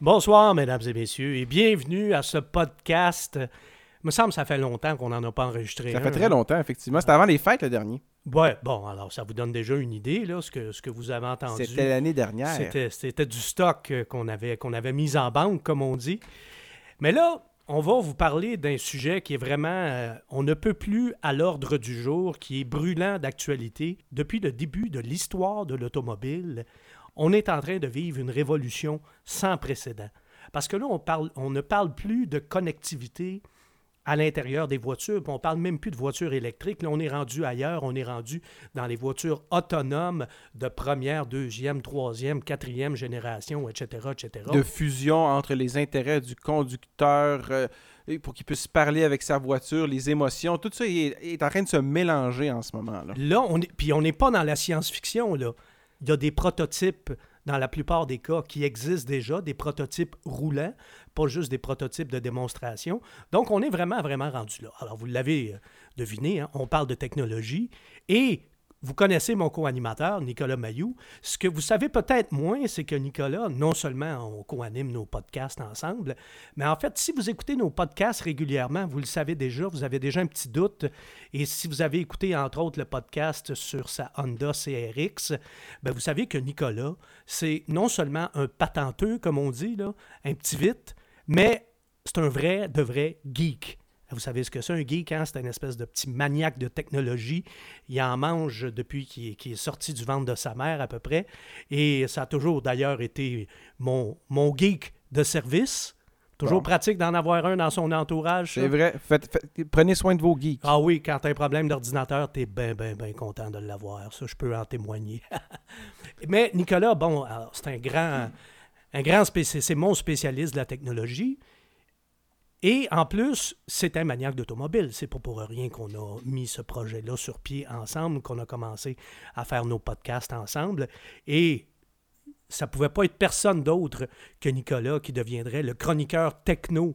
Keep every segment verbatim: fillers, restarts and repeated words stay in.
Bonsoir, mesdames et messieurs, et bienvenue à ce podcast. Il me semble que ça fait longtemps qu'on n'en a pas enregistré. Ça un, fait très hein? longtemps, effectivement. C'était avant les fêtes, le dernier. Ouais, bon, alors ça vous donne déjà une idée, là, ce que, ce que vous avez entendu. C'était l'année dernière. C'était, c'était du stock euh, qu'on avait, qu'on avait mis en banque, comme on dit. Mais là, on va vous parler d'un sujet qui est vraiment, euh, on ne peut plus à l'ordre du jour, qui est brûlant d'actualité. Depuis le début de l'histoire de l'automobile, on est en train de vivre une révolution sans précédent. Parce que là, on, parle, on ne parle plus de connectivité à l'intérieur des voitures, puis on ne parle même plus de voitures électriques. Là, on est rendu ailleurs, on est rendu dans les voitures autonomes de première, deuxième, troisième, quatrième génération, et cetera, et cetera. De fusion entre les intérêts du conducteur euh, pour qu'il puisse parler avec sa voiture, les émotions, tout ça est, est en train de se mélanger en ce moment-là. Là, on est, puis on n'est pas dans la science-fiction, là. Il y a des prototypes, dans la plupart des cas, qui existent déjà, des prototypes roulants, pas juste des prototypes de démonstration. Donc, on est vraiment, vraiment rendu là. Alors, vous l'avez deviné, hein, on parle de technologie et vous connaissez mon co-animateur, Nicolas Mayou. Ce que vous savez peut-être moins, c'est que Nicolas, non seulement on co-anime nos podcasts ensemble, mais en fait, si vous écoutez nos podcasts régulièrement, vous le savez déjà, vous avez déjà un petit doute. Et si vous avez écouté, entre autres, le podcast sur sa Honda C R X, bien, vous savez que Nicolas, c'est non seulement un patenteux, comme on dit, là, un petit vite, mais c'est un vrai, de vrai geek. Vous savez ce que c'est, un geek, hein? C'est une espèce de petit maniaque de technologie. Il en mange depuis qu'il est, qu'il est sorti du ventre de sa mère, à peu près. Et ça a toujours, d'ailleurs, été mon, mon geek de service. Toujours bon. Pratique d'en avoir un dans son entourage. C'est ça. vrai. Faites, faites, prenez soin de vos geeks. Ah oui, quand tu as un problème d'ordinateur, tu es bien, bien, bien content de l'avoir. Ça, je peux en témoigner. Mais Nicolas, bon, alors, c'est un grand, un grand spécialiste. C'est mon spécialiste de la technologie. Et en plus, c'est un maniaque d'automobile. C'est pas pour rien qu'on a mis ce projet-là sur pied ensemble, qu'on a commencé à faire nos podcasts ensemble. Et ça pouvait pas être personne d'autre que Nicolas qui deviendrait le chroniqueur techno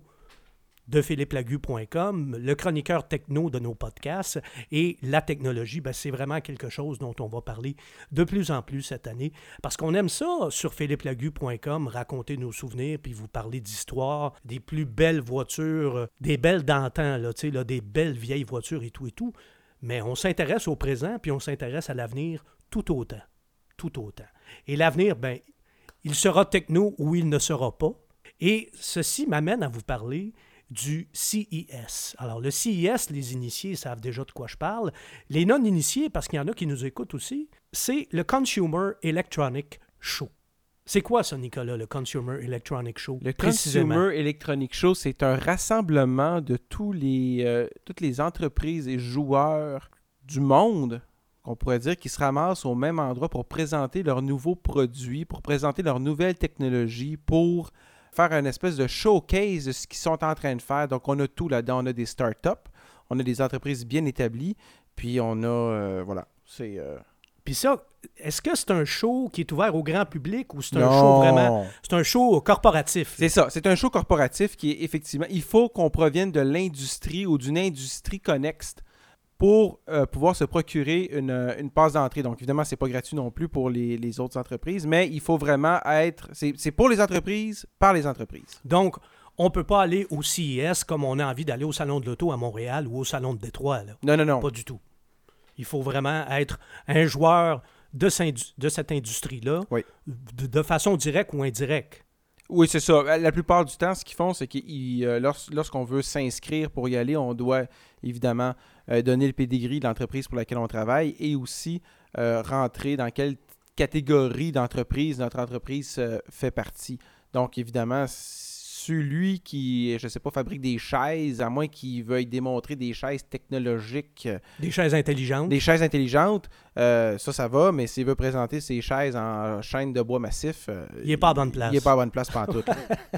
de philippe lagu point com, le chroniqueur techno de nos podcasts. Et la technologie, ben, c'est vraiment quelque chose dont on va parler de plus en plus cette année. Parce qu'on aime ça sur philippe lagu point com, raconter nos souvenirs, puis vous parler d'histoire, des plus belles voitures, des belles d'antan, là, tu sais, là, des belles vieilles voitures et tout et tout. Mais on s'intéresse au présent, puis on s'intéresse à l'avenir tout autant. Tout autant. Et l'avenir, ben, il sera techno ou il ne sera pas. Et ceci m'amène à vous parler du C E S. Alors, le C E S, les initiés savent déjà de quoi je parle. Les non-initiés, parce qu'il y en a qui nous écoutent aussi, c'est le Consumer Electronic Show. C'est quoi ça, Nicolas, le Consumer Electronic Show? Le Consumer Electronic Show, c'est un rassemblement de tous les, euh, toutes les entreprises et joueurs du monde, qu'on pourrait dire, qui se ramassent au même endroit pour présenter leurs nouveaux produits, pour présenter leurs nouvelles technologies, pour faire une espèce de showcase de ce qu'ils sont en train de faire. Donc, on a tout là-dedans. On a des startups, on a des entreprises bien établies, puis on a, euh, voilà, c'est... Euh... Puis ça, est-ce que c'est un show qui est ouvert au grand public ou c'est un non. show vraiment... C'est un show corporatif? C'est ça, c'est un show corporatif qui est effectivement... Il faut qu'on provienne de l'industrie ou d'une industrie connexe pour euh, pouvoir se procurer une, une passe d'entrée. Donc, évidemment, ce n'est pas gratuit non plus pour les, les autres entreprises, mais il faut vraiment être... C'est, c'est pour les entreprises, par les entreprises. Donc, on ne peut pas aller au C E S comme on a envie d'aller au Salon de l'Auto à Montréal ou au Salon de Détroit. Là. Non, non, non. Pas du tout. Il faut vraiment être un joueur de, de cette industrie-là, oui. de, de façon directe ou indirecte. Oui, c'est ça. La plupart du temps, ce qu'ils font, c'est que euh, lors, lorsqu'on veut s'inscrire pour y aller, on doit évidemment euh, donner le pedigree de l'entreprise pour laquelle on travaille et aussi euh, rentrer dans quelle catégorie d'entreprise notre entreprise euh, fait partie. Donc, évidemment, celui qui, je ne sais pas, fabrique des chaises, à moins qu'il veuille démontrer des chaises technologiques. Des chaises intelligentes. Des chaises intelligentes, euh, ça, ça va, mais s'il veut présenter ses chaises en chaîne de bois massif, euh, il n'est pas à bonne place. Il n'est pas à bonne place pantoute.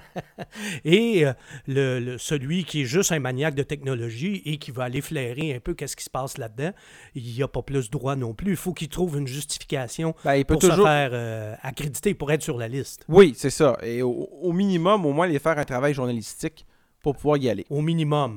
Et euh, le, le, celui qui est juste un maniaque de technologie et qui va aller flairer un peu qu'est-ce qui se passe là-dedans, il n'y a pas plus droit non plus. Il faut qu'il trouve une justification ben, il peut pour toujours... se faire euh, accréditer, pour être sur la liste. Oui, c'est ça. Et au, au minimum, au moins, aller faire un travail journalistique pour pouvoir y aller. Au minimum.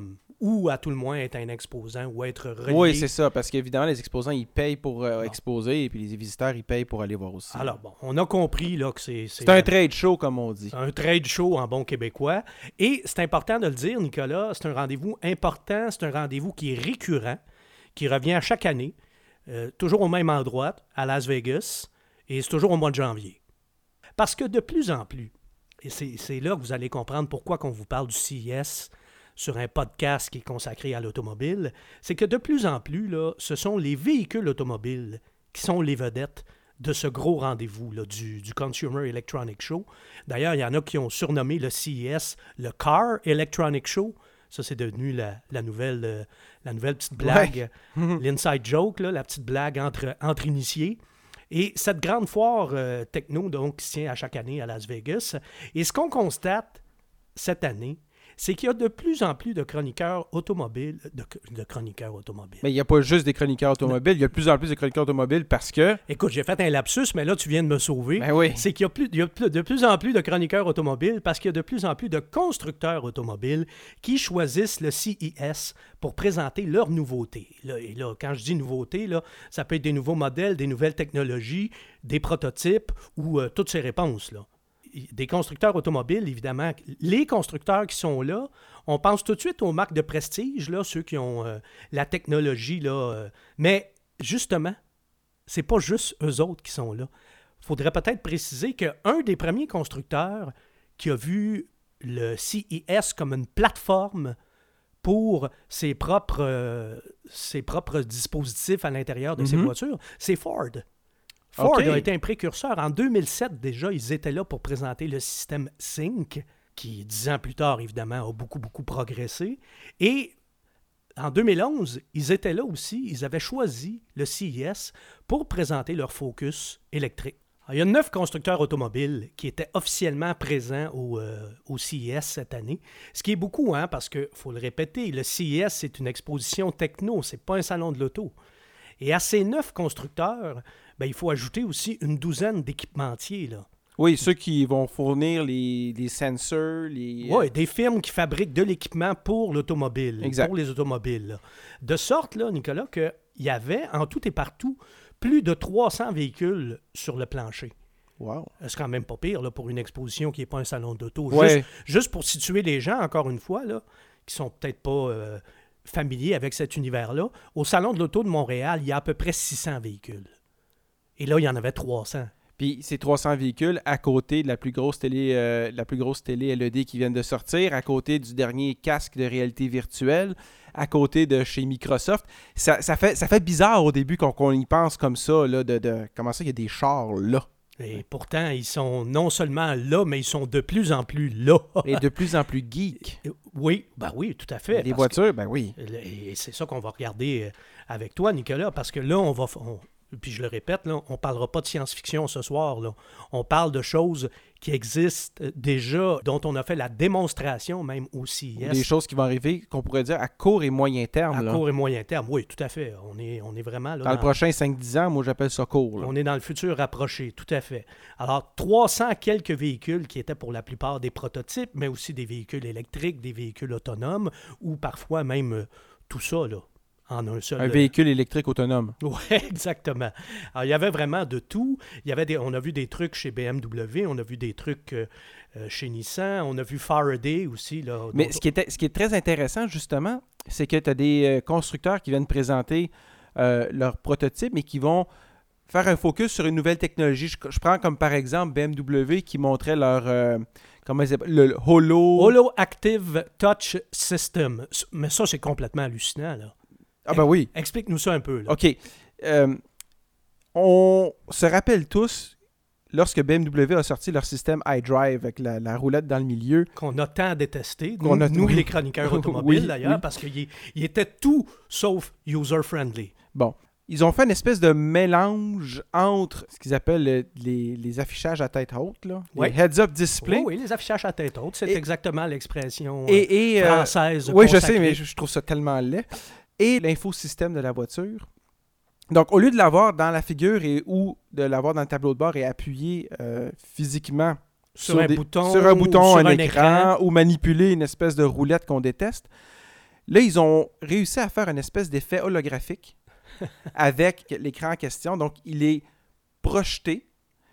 ou à tout le moins être un exposant ou être relié. Oui, c'est ça, parce qu'évidemment, les exposants, ils payent pour euh, bon. exposer, et puis les visiteurs, ils payent pour aller voir aussi. Alors bon, on a compris là, que c'est... C'est, c'est un trade show, comme on dit. Un trade show en bon québécois. Et c'est important de le dire, Nicolas, c'est un rendez-vous important, c'est un rendez-vous qui est récurrent, qui revient à chaque année, euh, toujours au même endroit, à Las Vegas, et c'est toujours au mois de janvier. Parce que de plus en plus, et c'est, c'est là que vous allez comprendre pourquoi qu'on vous parle du C E S sur un podcast qui est consacré à l'automobile, c'est que de plus en plus, là, ce sont les véhicules automobiles qui sont les vedettes de ce gros rendez-vous là, du, du Consumer Electronic Show. D'ailleurs, il y en a qui ont surnommé le C E S le Car Electronic Show. Ça, c'est devenu la, la, nouvelle, euh, la nouvelle petite blague, ouais. L'inside joke, là, la petite blague entre, entre initiés. Et cette grande foire euh, techno, donc, qui se tient à chaque année à Las Vegas. Et ce qu'on constate cette année, c'est qu'il y a de plus en plus de chroniqueurs automobiles. De, de chroniqueurs automobiles. Mais il n'y a pas juste des chroniqueurs automobiles, non. Il y a de plus en plus de chroniqueurs automobiles parce que... Écoute, j'ai fait un lapsus, mais là, tu viens de me sauver. Ben oui. C'est qu'il y a, plus, il y a de plus en plus de chroniqueurs automobiles parce qu'il y a de plus en plus de constructeurs automobiles qui choisissent le C E S pour présenter leurs nouveautés. Là, et là, quand je dis nouveautés, là, ça peut être des nouveaux modèles, des nouvelles technologies, des prototypes ou euh, toutes ces réponses, là. Des constructeurs automobiles, évidemment. Les constructeurs qui sont là, on pense tout de suite aux marques de prestige, là, ceux qui ont euh, la technologie. Là, euh, mais justement, c'est pas juste eux autres qui sont là. Il faudrait peut-être préciser qu'un des premiers constructeurs qui a vu le C E S comme une plateforme pour ses propres, euh, ses propres dispositifs à l'intérieur de mm-hmm. ses voitures, c'est Ford. Ford okay. a été un précurseur. En deux mille sept, déjà, ils étaient là pour présenter le système Sync, qui, dix ans plus tard, évidemment, a beaucoup, beaucoup progressé. Et en deux mille onze, ils étaient là aussi. Ils avaient choisi le C E S pour présenter leur Focus électrique. Alors, il y a neuf constructeurs automobiles qui étaient officiellement présents au, euh, au C E S cette année. Ce qui est beaucoup, hein, parce qu'il faut le répéter, le C E S, c'est une exposition techno, c'est pas un salon de l'auto. Et à ces neuf constructeurs, ben, il faut ajouter aussi une douzaine d'équipementiers, là. Oui, ceux qui vont fournir les, les sensors, les... Oui, des firmes qui fabriquent de l'équipement pour l'automobile, exact. Pour les automobiles. Là. De sorte, là, Nicolas, qu'il y avait en tout et partout plus de trois cents véhicules sur le plancher. Wow. C'est quand même pas pire là, pour une exposition qui n'est pas un salon d'auto. Ouais. Juste, juste pour situer les gens, encore une fois, là, qui sont peut-être pas... Euh, familier avec cet univers-là, au Salon de l'Auto de Montréal, il y a à peu près six cents véhicules. Et là, il y en avait trois cents. Puis ces trois cents véhicules, à côté de la plus grosse télé, euh, la plus grosse télé L E D qui vient de sortir, à côté du dernier casque de réalité virtuelle, à côté de chez Microsoft, ça, ça, fait, ça fait bizarre au début qu'on, qu'on y pense comme ça, là, de, de comment ça, il y a des chars là. Et pourtant, ils sont non seulement là, mais ils sont de plus en plus là. Et de plus en plus geeks. Oui, ben oui, tout à fait. Les voitures, que, ben oui. Et c'est ça qu'on va regarder avec toi, Nicolas, parce que là, on va... On, puis je le répète, là, on ne parlera pas de science-fiction ce soir. Là. On parle de choses qui existent déjà, dont on a fait la démonstration même au C E S. Des choses qui vont arriver, qu'on pourrait dire, à court et moyen terme. À là. court et moyen terme, oui, tout à fait. On est, on est vraiment... Là, dans, dans le prochain cinq dix ans, moi j'appelle ça court. Là. On est dans le futur rapproché, tout à fait. Alors, trois cents quelques véhicules qui étaient pour la plupart des prototypes, mais aussi des véhicules électriques, des véhicules autonomes, ou parfois même euh, tout ça, là. En un seul... Un véhicule électrique autonome. Oui, exactement. Alors, il y avait vraiment de tout. Il y avait des... On a vu des trucs chez B M W, on a vu des trucs euh, chez Nissan, on a vu Faraday aussi. Là, Mais dont... ce, qui est, ce qui est très intéressant, justement, c'est que tu as des euh, constructeurs qui viennent présenter euh, leurs prototypes, mais qui vont faire un focus sur une nouvelle technologie. Je, je prends comme par exemple B M W qui montrait leur... Euh, comment ils s'appellent? Le Holo... Holo Active Touch System. Mais ça, c'est complètement hallucinant, là. Ah ben oui. Explique-nous ça un peu. Là. OK. Euh, on se rappelle tous, lorsque B M W a sorti leur système iDrive avec la, la roulette dans le milieu... Qu'on a tant détesté, qu'on nous, a... nous les chroniqueurs automobiles oui, d'ailleurs, oui. parce qu'il il était tout sauf user-friendly. Bon. Ils ont fait une espèce de mélange entre ce qu'ils appellent le, les, les affichages à tête haute, là, oui. les heads-up display. Oui, oui, les affichages à tête haute, c'est et, exactement l'expression et, et, française. Euh, oui, consacrée. je sais, mais je, je trouve ça tellement laid. Et l'infosystème de la voiture. Donc, au lieu de l'avoir dans la figure et ou de l'avoir dans le tableau de bord et appuyé euh, physiquement sur, sur, un, des, bouton, sur un bouton, sur un, un écran, écran, ou manipuler une espèce de roulette qu'on déteste, Là, ils ont réussi à faire une espèce d'effet holographique avec l'écran en question. Donc, il est projeté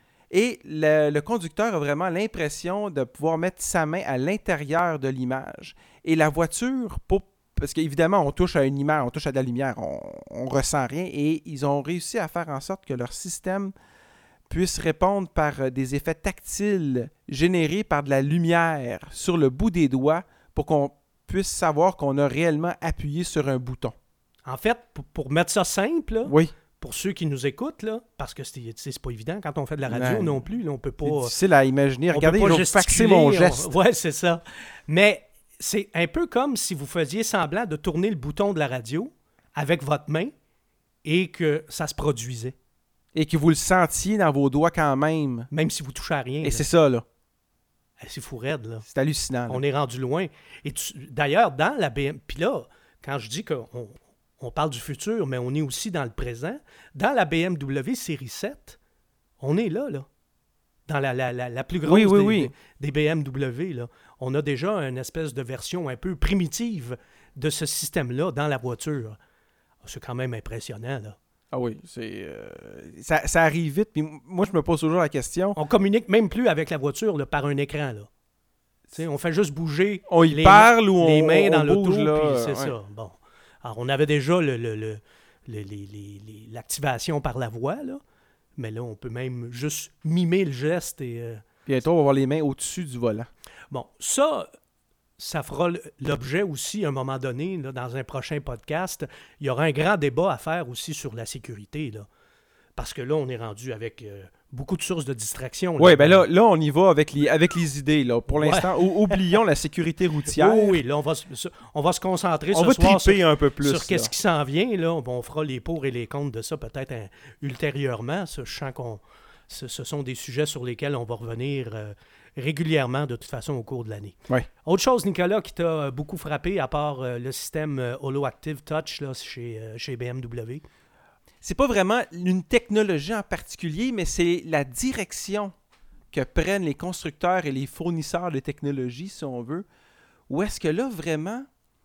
et le, le conducteur a vraiment l'impression de pouvoir mettre sa main à l'intérieur de l'image. Et la voiture, pour, parce qu'évidemment, on touche à une image, on touche à de la lumière, on ne ressent rien. Et ils ont réussi à faire en sorte que leur système puisse répondre par des effets tactiles générés par de la lumière sur le bout des doigts pour qu'on puisse savoir qu'on a réellement appuyé sur un bouton. En fait, pour, pour mettre ça simple, là, oui. pour ceux qui nous écoutent, là, parce que c'est, c'est pas évident quand on fait de la radio ouais. non plus, là, on peut pas... C'est difficile à imaginer. Regardez, je vais faxer mon mon geste. On... Ouais, c'est ça. Mais c'est un peu comme si vous faisiez semblant de tourner le bouton de la radio avec votre main et que ça se produisait. Et que vous le sentiez dans vos doigts quand même. Même si vous touchez à rien. Et là. c'est ça, là. C'est fou raide, là. C'est hallucinant. Là. On est rendu loin. Et tu... D'ailleurs, dans la B M W... Puis là, quand je dis qu'on on parle du futur, mais on est aussi dans le présent, dans la B M W série sept, on est là, là. Dans la, la, la, la plus grosse oui, oui, des, oui. des, des B M W, là. On a déjà une espèce de version un peu primitive de ce système-là dans la voiture. C'est quand même impressionnant, là. Ah oui, c'est euh, ça, ça arrive vite. Puis moi, je me pose toujours la question. On communique même plus avec la voiture là, par un écran. Là. T'sais, on fait juste bouger on y les, parle ou on, les mains on dans bouge, l'auto, là, puis c'est ouais. ça. Bon. Alors, on avait déjà le, le, le, le, les, les, les, l'activation par la voix, là. Mais là, on peut même juste mimer le geste. Et, euh... Puis bientôt, on va avoir les mains au-dessus du volant. Bon, ça... Ça fera l'objet aussi, à un moment donné, là, dans un prochain podcast. Il y aura un grand débat à faire aussi sur la sécurité. Là. Parce que là, on est rendu avec euh, beaucoup de sources de distraction. Oui, bien là, là, on y va avec les, avec les idées. Là. Pour l'instant, ouais. oublions la sécurité routière. Oui, oui, là, on va, on va se concentrer on ce va soir sur, un peu plus, sur qu'est-ce qui s'en vient. Là. On fera les pour et les contre de ça peut-être hein, ultérieurement. Ça, je sens qu'on ce, ce sont des sujets sur lesquels on va revenir euh, régulièrement de toute façon au cours de l'année. Ouais. Autre chose, Nicolas, qui t'a beaucoup frappé, à part euh, le système euh, Holo-Active Touch là, chez, euh, chez B M W? C'est pas vraiment une technologie en particulier, mais c'est la direction que prennent les constructeurs et les fournisseurs de technologie, si on veut. Où est-ce que là, vraiment,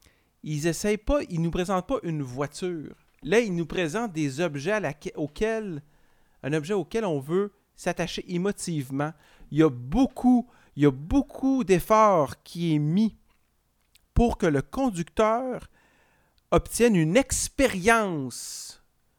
ils essayent pas, ils nous présentent pas une voiture. Là, ils nous présentent des objets à laquelle, auxquels, un objet auquel on veut s'attacher émotivement. Il y a beaucoup, il y a beaucoup d'efforts qui est mis pour que le conducteur obtienne une expérience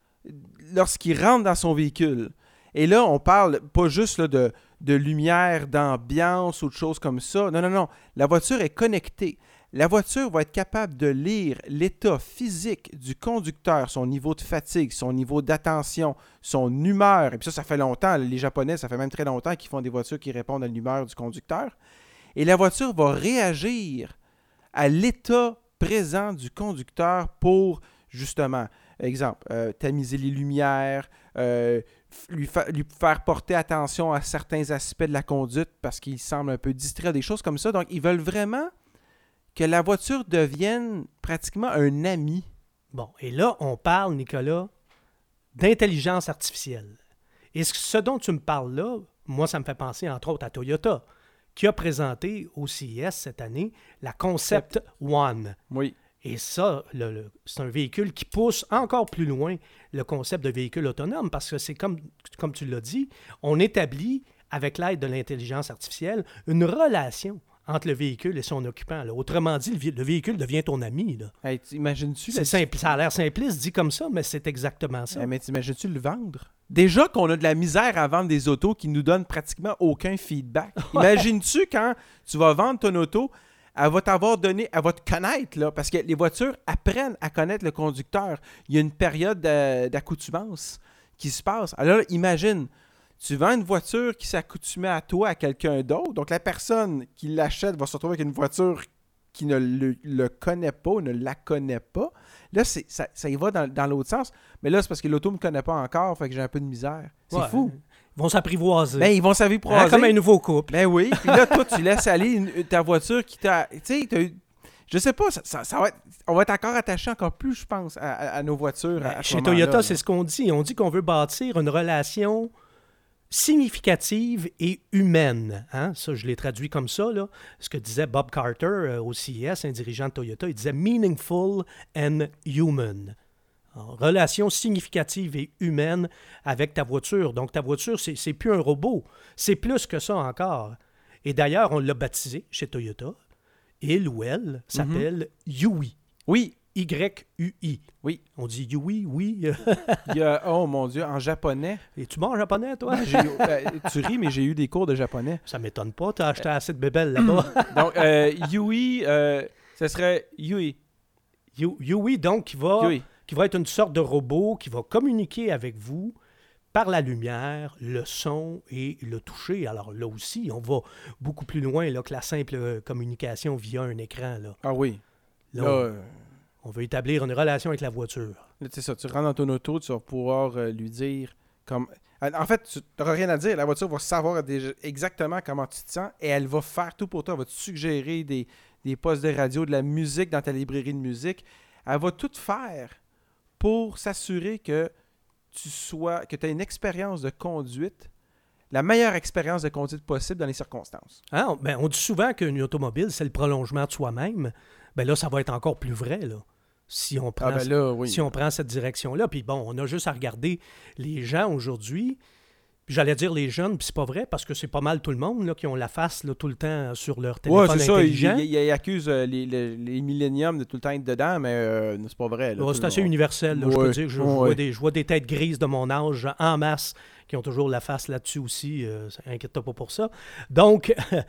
lorsqu'il rentre dans son véhicule. Et là, on parle pas juste là, de, de lumière, d'ambiance ou de choses comme ça. Non, non, non. La voiture est connectée. La voiture va être capable de lire l'état physique du conducteur, son niveau de fatigue, son niveau d'attention, son humeur. Et puis ça, ça fait longtemps. Les Japonais, ça fait même très longtemps qu'ils font des voitures qui répondent à l'humeur du conducteur. Et la voiture va réagir à l'état présent du conducteur pour, justement, exemple, euh, tamiser les lumières, euh, lui, fa- lui faire porter attention à certains aspects de la conduite parce qu'il semble un peu distrait, des choses comme ça. Donc, ils veulent vraiment que la voiture devienne pratiquement un ami. Bon, et là, on parle, Nicolas, d'intelligence artificielle. Et ce dont tu me parles là, moi, ça me fait penser, entre autres, à Toyota, qui a présenté au C E S cette année la Concept One. Oui. Et ça, le, le, c'est un véhicule qui pousse encore plus loin le concept de véhicule autonome parce que c'est comme, comme tu l'as dit, on établit, avec l'aide de l'intelligence artificielle, une relation entre le véhicule et son occupant. Là. Autrement dit, le, le véhicule devient ton ami. Là. Hey, imagines-tu... C'est simple, ça a l'air simpliste dit comme ça, mais c'est exactement ça. Hey, mais t'imagines-tu le vendre? Déjà qu'on a de la misère à vendre des autos qui nous donnent pratiquement aucun feedback. Ouais. Imagines-tu quand tu vas vendre ton auto, elle va t'avoir donné, elle va te connaître, là, parce que les voitures apprennent à connaître le conducteur. Il y a une période d'accoutumance qui se passe. Alors, imagine... Tu vends une voiture qui s'accoutumait à toi, à quelqu'un d'autre. Donc, la personne qui l'achète va se retrouver avec une voiture qui ne le, le connaît pas ou ne la connaît pas. Là, c'est, ça, ça y va dans, dans l'autre sens. Mais là, c'est parce que l'auto ne me connaît pas encore, fait que j'ai un peu de misère. C'est ouais, fou. Ils vont s'apprivoiser. Ben, ils vont s'apprivoiser. Hein, comme un nouveau couple. Ben oui. Puis là, toi, tu laisses aller une, ta voiture qui t'a... Tu sais, t'as eu... Je sais pas, ça, ça, ça va être, on va être encore attaché encore plus, je pense, à, à, à nos voitures. À, à Chez Toyota, là, c'est ce qu'on dit. On dit qu'on veut bâtir une relation... significative et humaine. Hein? Ça, je l'ai traduit comme ça, là. Ce que disait Bob Carter euh, au C E S, un dirigeant de Toyota, il disait « meaningful and human ». Alors, relation significative et humaine avec ta voiture. Donc, ta voiture, c'est, c'est plus un robot. C'est plus que ça encore. Et d'ailleurs, on l'a baptisé chez Toyota. Il ou elle s'appelle mm-hmm. Yui. Oui. Y U I. Oui. On dit Yui, oui. Il y a, oh mon Dieu, en japonais. Es-tu bon en japonais, toi? j'ai, euh, tu ris, mais j'ai eu des cours de japonais. Ça m'étonne pas, tu as acheté assez de bébelles là-bas. Donc, euh, Yui, euh, ce serait Yui. You, Yui, donc, qui va, Yui. qui va être une sorte de robot qui va communiquer avec vous par la lumière, le son et le toucher. Alors là aussi, on va beaucoup plus loin là, que la simple communication via un écran. Là. Ah oui. Là, là, on, euh... on veut établir une relation avec la voiture. Là, c'est ça, tu rentres dans ton auto, tu vas pouvoir euh, lui dire comme... En fait, tu n'auras rien à dire. La voiture va savoir déjà exactement comment tu te sens et elle va faire tout pour toi. Elle va te suggérer des, des postes de radio, de la musique dans ta librairie de musique. Elle va tout faire pour s'assurer que tu sois, que tu aies une expérience de conduite, la meilleure expérience de conduite possible dans les circonstances. Hein? On, ben, on dit souvent qu'une automobile, c'est le prolongement de soi-même. Ben là, ça va être encore plus vrai, là. Si on prend, ah ben là, oui. si on prend cette direction-là. Puis bon, on a juste à regarder les gens aujourd'hui. Puis j'allais dire les jeunes, puis c'est pas vrai, parce que c'est pas mal tout le monde là, qui ont la face là, tout le temps sur leur téléphone ouais, c'est intelligent. ça. Ils il, il accusent euh, les, les, les milléniums de tout le temps être dedans, mais euh, c'est pas vrai. Là, ouais, c'est assez monde. universel. Là, ouais, je peux dire. Je, ouais. je, vois des, je vois des têtes grises de mon âge en masse qui ont toujours la face là-dessus aussi. Euh, inquiète-toi pas pour ça. Donc...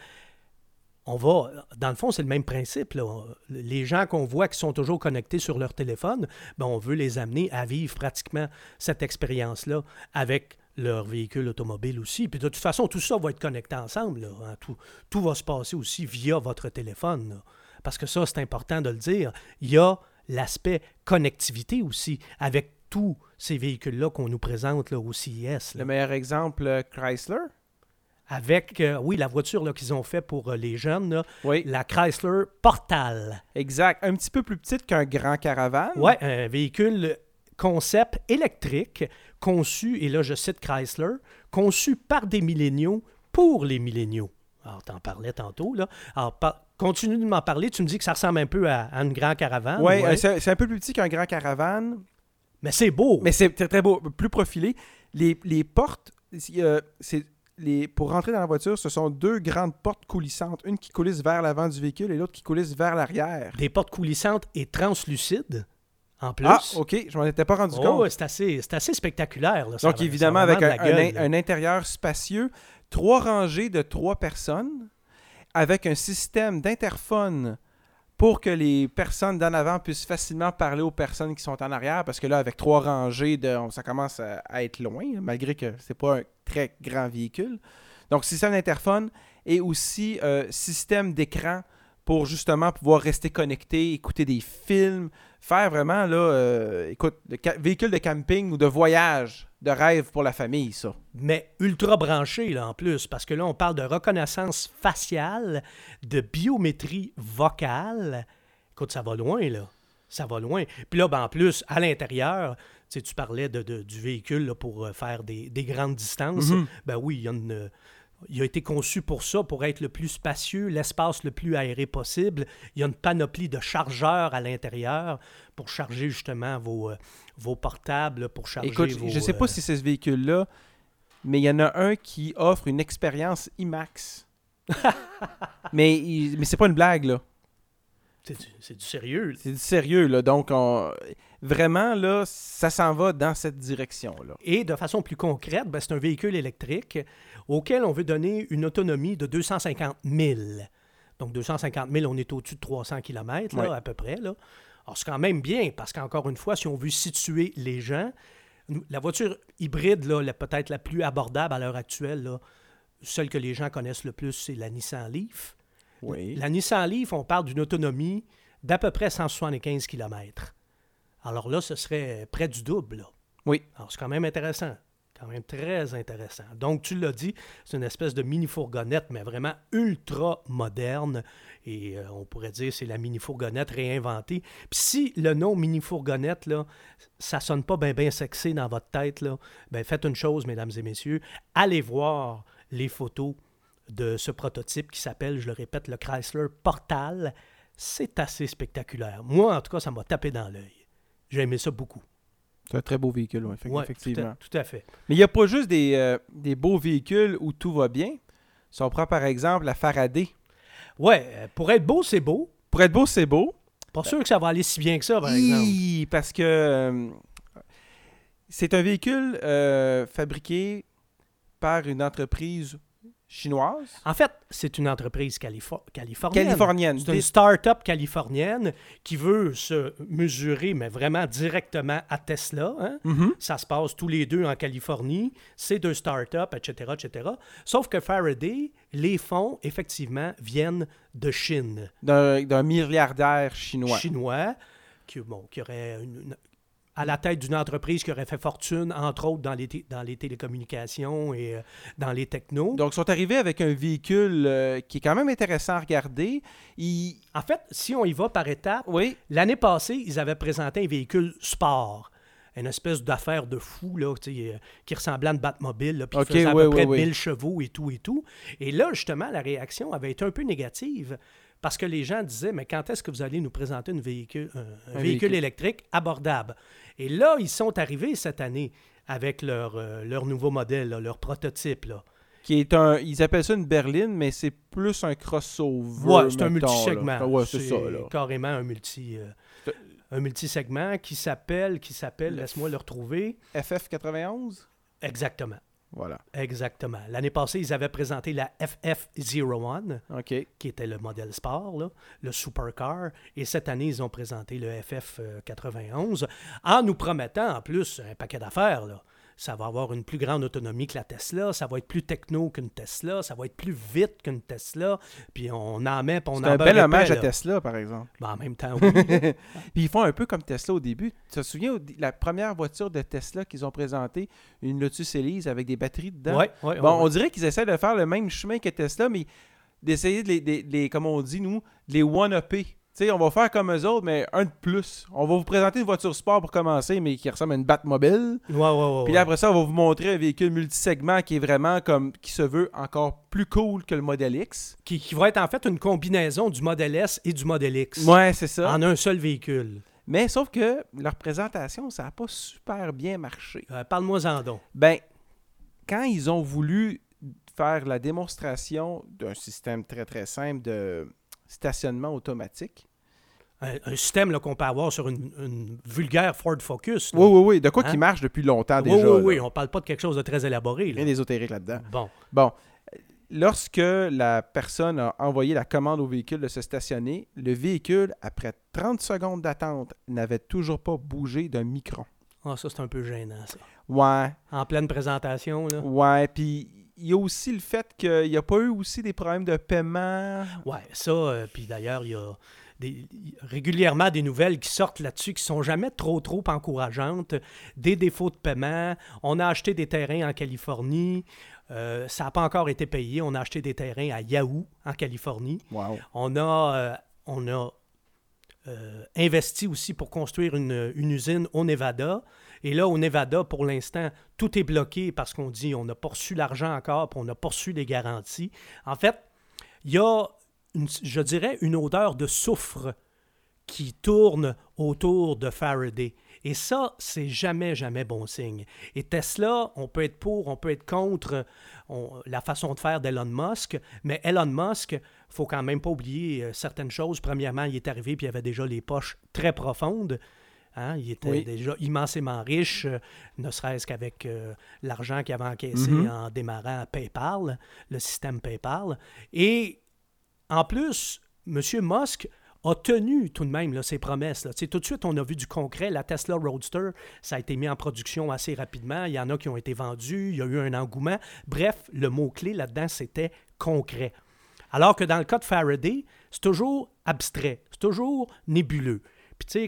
On va, dans le fond, c'est le même principe. Là. Les gens qu'on voit qui sont toujours connectés sur leur téléphone, ben on veut les amener à vivre pratiquement cette expérience-là avec leur véhicule automobile aussi. Puis de toute façon, tout ça va être connecté ensemble. Là, hein. tout, tout va se passer aussi via votre téléphone. Là. Parce que ça, c'est important de le dire. Il y a l'aspect connectivité aussi avec tous ces véhicules-là qu'on nous présente là, au C E S. Là. Le meilleur exemple, Chrysler. Avec, euh, oui, la voiture là, qu'ils ont fait pour euh, les jeunes, là, oui. la Chrysler Portal. Exact. Un petit peu plus petite qu'un grand caravane. Oui, un véhicule concept électrique conçu, et là je cite Chrysler, conçu par des milléniaux pour les milléniaux. Alors, t'en parlais tantôt, là. Alors, par... continue de m'en parler. Tu me dis que ça ressemble un peu à, à une grande caravane. Oui, ouais. c'est, c'est un peu plus petit qu'un grand caravane. Mais c'est beau. Mais c'est très, très beau, plus profilé. Les, les portes, euh, c'est... Les, pour rentrer dans la voiture, ce sont deux grandes portes coulissantes. Une qui coulisse vers l'avant du véhicule et l'autre qui coulisse vers l'arrière. Des portes coulissantes et translucides, en plus. Ah, OK. Je m'en étais pas rendu oh, compte. C'est assez, c'est assez spectaculaire. Là. Donc, ça, évidemment, ça avec un, gueule, un, un intérieur spacieux, trois rangées de trois personnes, avec un système d'interphone pour que les personnes d'en avant puissent facilement parler aux personnes qui sont en arrière, parce que là, avec trois rangées, de, ça commence à, à être loin, malgré que c'est pas un très grand véhicule. Donc, système d'interphone et aussi euh, système d'écran pour justement pouvoir rester connecté, écouter des films, faire vraiment, là, euh, écoute, de ca- véhicule de camping ou de voyage, de rêve pour la famille, ça. Mais ultra branché, là, en plus, parce que là, on parle de reconnaissance faciale, de biométrie vocale. Écoute, ça va loin, là. Ça va loin. Puis là, ben, en plus, à l'intérieur, tu sais, tu parlais de, de, du véhicule là, pour faire des, des grandes distances. Mm-hmm. Ben oui, il y a une... Il a été conçu pour ça, pour être le plus spacieux, l'espace le plus aéré possible. Il y a une panoplie de chargeurs à l'intérieur pour charger justement vos, euh, vos portables, pour charger Écoute, vos... je ne sais pas euh... si c'est ce véhicule-là, mais il y en a un qui offre une expérience IMAX. mais il, mais c'est pas une blague, là. C'est du, c'est du sérieux. Là. C'est du sérieux, là. Donc, on... vraiment, là, ça s'en va dans cette direction-là. Et de façon plus concrète, ben, c'est un véhicule électrique auquel on veut donner une autonomie de deux cent cinquante mille. Donc, deux cent cinquante mille, on est au-dessus de trois cents kilomètres, là, oui. à peu près. Là. Alors, c'est quand même bien, parce qu'encore une fois, si on veut situer les gens, la voiture hybride, là, la, peut-être la plus abordable à l'heure actuelle, là, celle que les gens connaissent le plus, c'est la Nissan Leaf. Oui. La Nissan Leaf, on parle d'une autonomie d'à peu près cent soixante-quinze kilomètres. Alors là, ce serait près du double. Là. Oui. Alors, c'est quand même intéressant. Quand même très intéressant. Donc, tu l'as dit, c'est une espèce de mini-fourgonnette, mais vraiment ultra moderne. Et euh, on pourrait dire que c'est la mini-fourgonnette réinventée. Puis si le nom mini-fourgonnette, là, ça sonne pas bien bien sexy dans votre tête, là, ben faites une chose, mesdames et messieurs, allez voir les photos de ce prototype qui s'appelle, je le répète, le Chrysler Portal. C'est assez spectaculaire. Moi, en tout cas, ça m'a tapé dans l'œil. J'ai aimé ça beaucoup. C'est un très beau véhicule, ouais, Ouais, effectivement. Tout à, tout à fait. Mais il n'y a pas juste des, euh, des beaux véhicules où tout va bien. Si on prend par exemple la Faraday. Ouais, euh, pour être beau, c'est beau. Pour être beau, c'est beau. Pas sûr que ça va aller si bien que ça, par exemple. Oui, parce que euh, c'est un véhicule euh, fabriqué par une entreprise chinoise. En fait, c'est une entreprise califor- californienne. Californienne. C'est une start-up californienne qui veut se mesurer, mais vraiment directement à Tesla. Hein? Mm-hmm. Ça se passe tous les deux en Californie. C'est deux start-up, et cetera, et cetera. Sauf que Faraday, les fonds, effectivement, viennent de Chine. D'un, d'un milliardaire chinois. Chinois, qui, bon, qui aurait une, une, à la tête d'une entreprise qui aurait fait fortune, entre autres, dans les, t- dans les télécommunications et euh, dans les technos. Donc, ils sont arrivés avec un véhicule euh, qui est quand même intéressant à regarder. Ils... En fait, si on y va par étapes, oui. L'année passée, ils avaient présenté un véhicule sport. Une espèce d'affaire de fou là, euh, qui ressemblait à une Batmobile, là, puis okay, qui faisait à oui, peu près oui, mille oui. chevaux et tout et tout. Et là, justement, la réaction avait été un peu négative parce que les gens disaient, mais quand est-ce que vous allez nous présenter une véhicule, un, un, un véhicule, véhicule électrique abordable? Et là, ils sont arrivés cette année avec leur, euh, leur nouveau modèle, là, leur prototype. Là. Qui est un, ils appellent ça une berline, mais c'est plus un crossover. Ouais, c'est mettons, un multisegment. Ouais, c'est, c'est ça, là. carrément un multi... Euh, un multisegment qui s'appelle, qui s'appelle, le laisse-moi le retrouver. F F quatre-vingt-onze? Exactement. Voilà. Exactement. L'année passée, ils avaient présenté la F F zéro un, okay. qui était le modèle sport, là, le supercar. Et cette année, ils ont présenté le F F quatre-vingt-onze en nous promettant en plus un paquet d'affaires, là. Ça va avoir une plus grande autonomie que la Tesla, ça va être plus techno qu'une Tesla, ça va être plus vite qu'une Tesla, puis on en met, puis on C'est en un beurre bel hommage épais, à là. Tesla, par exemple. Ben, en même temps, oui. Puis ils font un peu comme Tesla au début. Tu te souviens, au- la première voiture de Tesla qu'ils ont présentée, une Lotus Elise avec des batteries dedans? Ouais, ouais, Bon, ouais. on dirait qu'ils essaient de faire le même chemin que Tesla, mais d'essayer de les, de les comme on dit, nous, de les one-upper. Tu sais, on va faire comme eux autres, mais un de plus. On va vous présenter une voiture sport pour commencer, mais qui ressemble à une Batmobile. Ouais, ouais, ouais. Puis là, après ça, on va vous montrer un véhicule multisegment qui est vraiment comme, qui se veut encore plus cool que le Model X. Qui, qui va être en fait une combinaison du Model S et du Model X. Ouais, c'est ça. En un seul véhicule. Mais sauf que leur présentation, ça n'a pas super bien marché. Euh, Parle-moi-en donc. Ben, quand ils ont voulu faire la démonstration d'un système très très simple de stationnement automatique. Un, un système là, qu'on peut avoir sur une, une vulgaire Ford Focus. Là. Oui, oui, oui. De quoi Hein? qui marche depuis longtemps Oui, déjà. oui, oui. là. On parle pas de quelque chose de très élaboré. Là. Rien d'ésotérique là-dedans. Bon. Bon. Lorsque la personne a envoyé la commande au véhicule de se stationner, le véhicule, après trente secondes d'attente, n'avait toujours pas bougé d'un micron. Ah, ça, c'est un peu gênant, ça. Ouais. En pleine présentation, là. Ouais. Puis il y a aussi le fait qu'il n'y a pas eu aussi des problèmes de paiement. Ouais, ça, euh, puis d'ailleurs, il y a des, régulièrement des nouvelles qui sortent là-dessus qui sont jamais trop, trop encourageantes. Des défauts de paiement. On a acheté des terrains en Californie. Euh, ça n'a pas encore été payé. On a acheté des terrains à Yahoo, en Californie. Wow. On a, euh, on a euh, investi aussi pour construire une, une usine au Nevada. Et là, au Nevada, pour l'instant, tout est bloqué parce qu'on dit on n'a pas reçu l'argent encore, puis on n'a pas reçu les garanties. En fait, il y a, une, je dirais, une odeur de soufre qui tourne autour de Faraday. Et ça, c'est jamais, jamais bon signe. Et Tesla, on peut être pour, on peut être contre on, la façon de faire d'Elon Musk, mais Elon Musk, il ne faut quand même pas oublier euh, certaines choses. Premièrement, il est arrivé puis il avait déjà les poches très profondes. Hein? Il était oui. déjà immensément riche, euh, ne serait-ce qu'avec euh, l'argent qu'il avait encaissé mm-hmm. en démarrant PayPal, le système PayPal. Et en plus, M. Musk a tenu tout de même là, ses promesses. Là. Tout de suite, on a vu du concret. La Tesla Roadster, ça a été mis en production assez rapidement. Il y en a qui ont été vendus. Il y a eu un engouement. Bref, le mot-clé là-dedans, c'était concret. Alors que dans le cas de Faraday, c'est toujours abstrait. C'est toujours nébuleux. Puis tu sais, quand,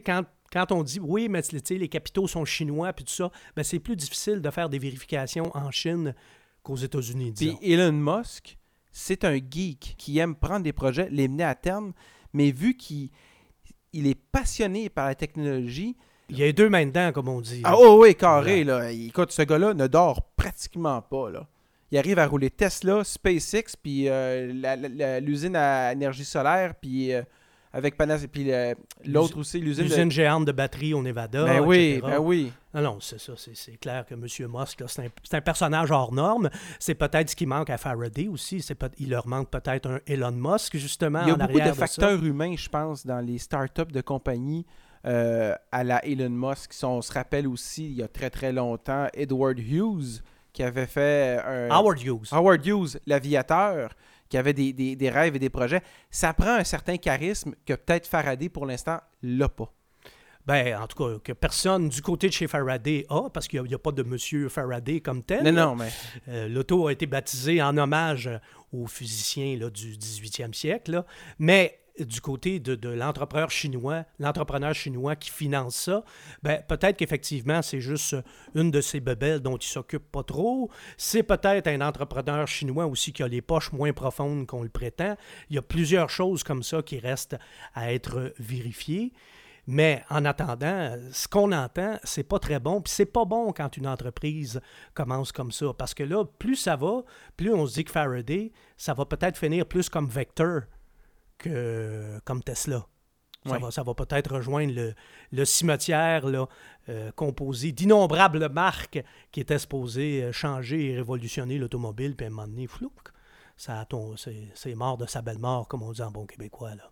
quand on dit, oui, mais tu sais, les capitaux sont chinois, puis tout ça, ben, c'est plus difficile de faire des vérifications en Chine qu'aux États-Unis, disons. Puis Elon Musk, c'est un geek qui aime prendre des projets, les mener à terme, mais vu qu'il il est passionné par la technologie... Il y a deux mains dedans, comme on dit. Ah oh, oui, carré, là. Écoute, ce gars-là ne dort pratiquement pas, là. Il arrive à rouler Tesla, SpaceX, puis euh, la, la, l'usine à énergie solaire, puis euh, avec Panas, puis euh, l'autre aussi, l'usine... L'usine de... géante de batterie au Nevada, Ben oui, et cetera. ben oui. Non, non, c'est ça. C'est, c'est clair que M. Musk, là, c'est, un, c'est un personnage hors norme. C'est peut-être ce qui manque à Faraday aussi. C'est peut, il leur manque peut-être un Elon Musk, justement, Il y a en beaucoup de de facteurs ça. humains, je pense, dans les startups de compagnie euh, à la Elon Musk. On se rappelle aussi, il y a très très longtemps, Edward Hughes, qui avait fait... Un... Howard Hughes. Howard Hughes, l'aviateur, qui avait des, des, des rêves et des projets. Ça prend un certain charisme que peut-être Faraday, pour l'instant, l'a pas. Ben, en tout cas, que personne du côté de chez Faraday a, parce qu'il n'y a, a pas de Monsieur Faraday comme tel. Non, non, mais... Euh, l'auto a été baptisé en hommage aux physiciens là, du dix-huitième siècle. Là. Mais du côté de, de l'entrepreneur chinois, l'entrepreneur chinois qui finance ça, ben, peut-être qu'effectivement, c'est juste une de ces bebelles dont il ne s'occupe pas trop. C'est peut-être un entrepreneur chinois aussi qui a les poches moins profondes qu'on le prétend. Il y a plusieurs choses comme ça qui restent à être vérifiées. Mais en attendant, ce qu'on entend, c'est pas très bon. Puis c'est pas bon quand une entreprise commence comme ça. Parce que là, plus ça va, plus on se dit que Faraday, ça va peut-être finir plus comme Vector que comme Tesla. Ça, ouais. va, ça va peut-être rejoindre le, le cimetière là, euh, composé d'innombrables marques qui étaient supposées changer et révolutionner l'automobile. Puis à un moment donné, flouc, ça a ton, c'est, c'est mort de sa belle mort, comme on dit en bon québécois, là.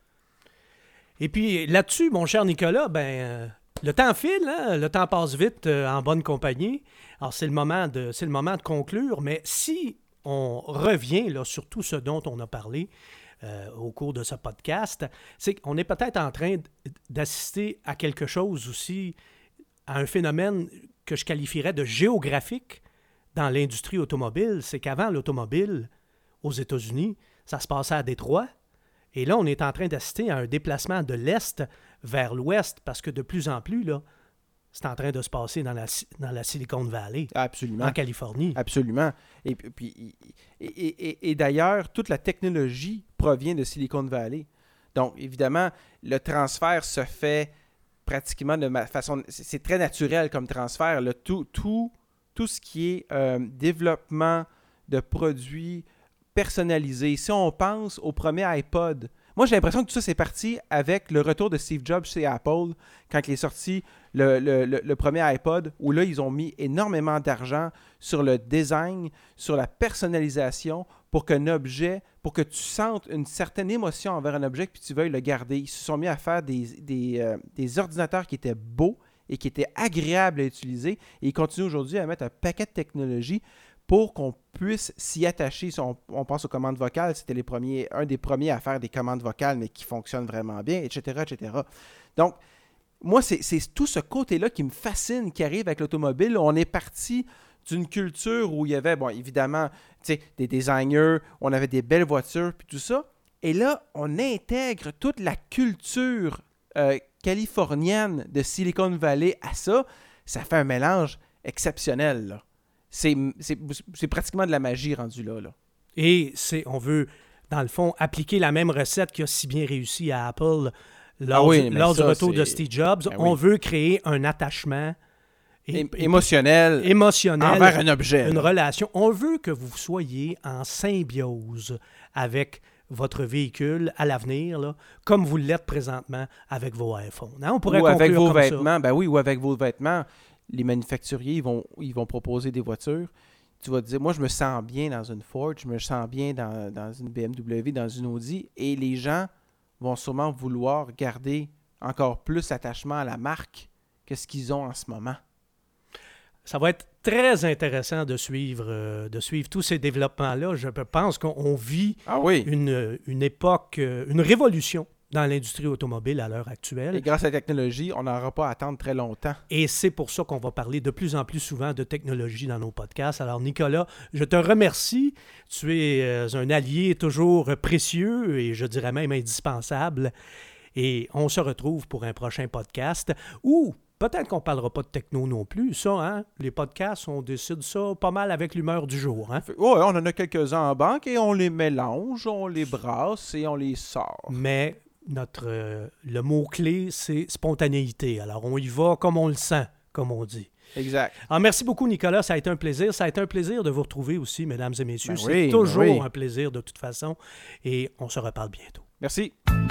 Et puis là-dessus, mon cher Nicolas, ben euh, le temps file, hein? Le temps passe vite euh, en bonne compagnie. Alors c'est le moment de, c'est le moment de conclure, mais si on revient là, sur tout ce dont on a parlé euh, au cours de ce podcast, c'est qu'on est peut-être en train d'assister à quelque chose aussi, à un phénomène que je qualifierais de géographique dans l'industrie automobile. C'est qu'avant l'automobile, aux États-Unis, ça se passait à Détroit. Et là, on est en train d'assister à un déplacement de l'Est vers l'Ouest parce que de plus en plus, là, c'est en train de se passer dans la, dans la Silicon Valley, Absolument. en Californie. Absolument. Et, puis, et, et, et, et d'ailleurs, toute la technologie provient de Silicon Valley. Donc, évidemment, le transfert se fait pratiquement de ma façon... C'est très naturel comme transfert. Là. Tout, tout, tout ce qui est euh, développement de produits... personnalisé. Si on pense au premier iPod, moi j'ai l'impression que tout ça c'est parti avec le retour de Steve Jobs chez Apple quand il est sorti le, le, le, le premier iPod où là ils ont mis énormément d'argent sur le design, sur la personnalisation pour qu'un objet, pour que tu sentes une certaine émotion envers un objet puis tu veuilles le garder. Ils se sont mis à faire des, des, euh, des ordinateurs qui étaient beaux et qui étaient agréables à utiliser et ils continuent aujourd'hui à mettre un paquet de technologies pour qu'on puisse s'y attacher. Si on, on pense aux commandes vocales, c'était les premiers, un des premiers à faire des commandes vocales, mais qui fonctionnent vraiment bien, et cetera, et cetera. Donc, moi, c'est, c'est tout ce côté-là qui me fascine, qui arrive avec l'automobile. On est parti d'une culture où il y avait, bon, évidemment, tu sais, des designers, on avait des belles voitures, puis tout ça. Et là, on intègre toute la culture euh, californienne de Silicon Valley à ça. Ça fait un mélange exceptionnel, là. C'est, c'est, c'est pratiquement de la magie rendue là, là. Et c'est, on veut, dans le fond, appliquer la même recette qui a si bien réussi à Apple lors, ah oui, du, lors ça, du retour c'est... de Steve Jobs. Ben on oui. veut créer un attachement é- émotionnel, émotionnel envers un objet. Une là. relation. On veut que vous soyez en symbiose avec votre véhicule à l'avenir, là, comme vous l'êtes présentement avec vos iPhones. Hein? On pourrait ou avec vos comme vêtements. Ça. Ben oui, ou avec vos vêtements. Les manufacturiers, ils vont, ils vont proposer des voitures. Tu vas te dire, moi, je me sens bien dans une Ford, je me sens bien dans, dans une B M W, dans une Audi. Et les gens vont sûrement vouloir garder encore plus attachement à la marque que ce qu'ils ont en ce moment. Ça va être très intéressant de suivre, euh, de suivre tous ces développements-là. Je pense qu'on vit ah oui. une, une époque, une révolution dans l'industrie automobile à l'heure actuelle. Et grâce à la technologie, on n'aura pas à attendre très longtemps. Et c'est pour ça qu'on va parler de plus en plus souvent de technologie dans nos podcasts. Alors, Nicolas, je te remercie. Tu es un allié toujours précieux et je dirais même indispensable. Et on se retrouve pour un prochain podcast où peut-être qu'on ne parlera pas de techno non plus. Ça, hein? Les podcasts, on décide ça pas mal avec l'humeur du jour. Hein? Oui, on en a quelques-uns en banque et on les mélange, on les brasse et on les sort. Mais notre, euh, le mot-clé, c'est spontanéité. Alors, on y va comme on le sent, comme on dit. Exact. Alors, merci beaucoup, Nicolas. Ça a été un plaisir. Ça a été un plaisir de vous retrouver aussi, mesdames et messieurs. Ben c'est oui, toujours ben oui. un plaisir de toute façon. Et on se reparle bientôt. Merci.